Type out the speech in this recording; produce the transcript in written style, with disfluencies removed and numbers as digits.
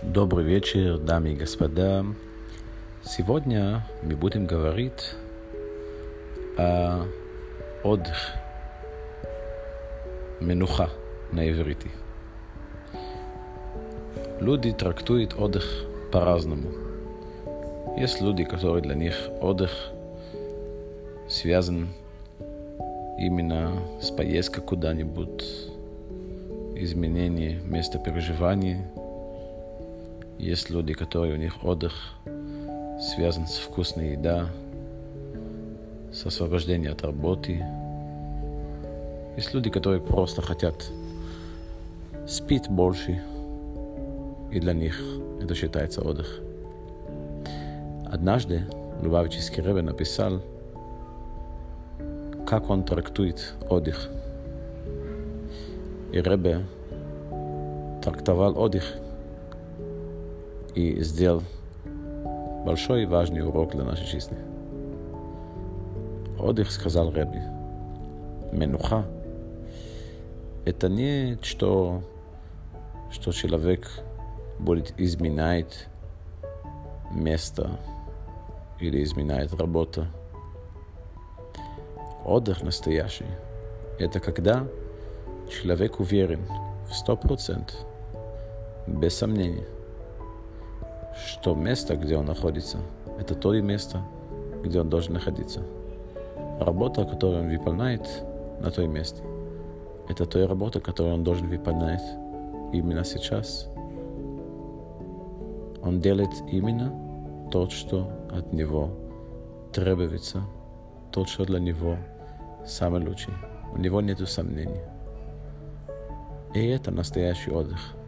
Добрый вечер, дамы и господа. Сегодня мы будем говорить о отдых, менуха на иврите. Люди трактуют отдых по-разному. Есть люди, которые для них отдых связан именно с поездкой куда-нибудь, изменение места проживания. Есть люди, которые у них отдых связан с вкусной едой, с освобождением от работы. Есть люди, которые просто хотят спать больше, и для них это считается отдых. Однажды Любавический Ребе написал, как он трактует отдых. И Ребе трактовал отдых и сделал большой и важный урок для нашей жизни. Отдых, сказал Ребе, менуха, это не что человек будет изменять место или изменять работу. Отдых настоящий – это когда человек уверен в 100%, без сомнений, что место, где он находится, это то и место, где он должен находиться. Работа, которую он выполняет на том месте, это та работа, которую он должен выполнять именно сейчас. Он делает именно то, что от него требуется, то, что для него самое лучшее. У него нет сомнений. И это настоящий отдых.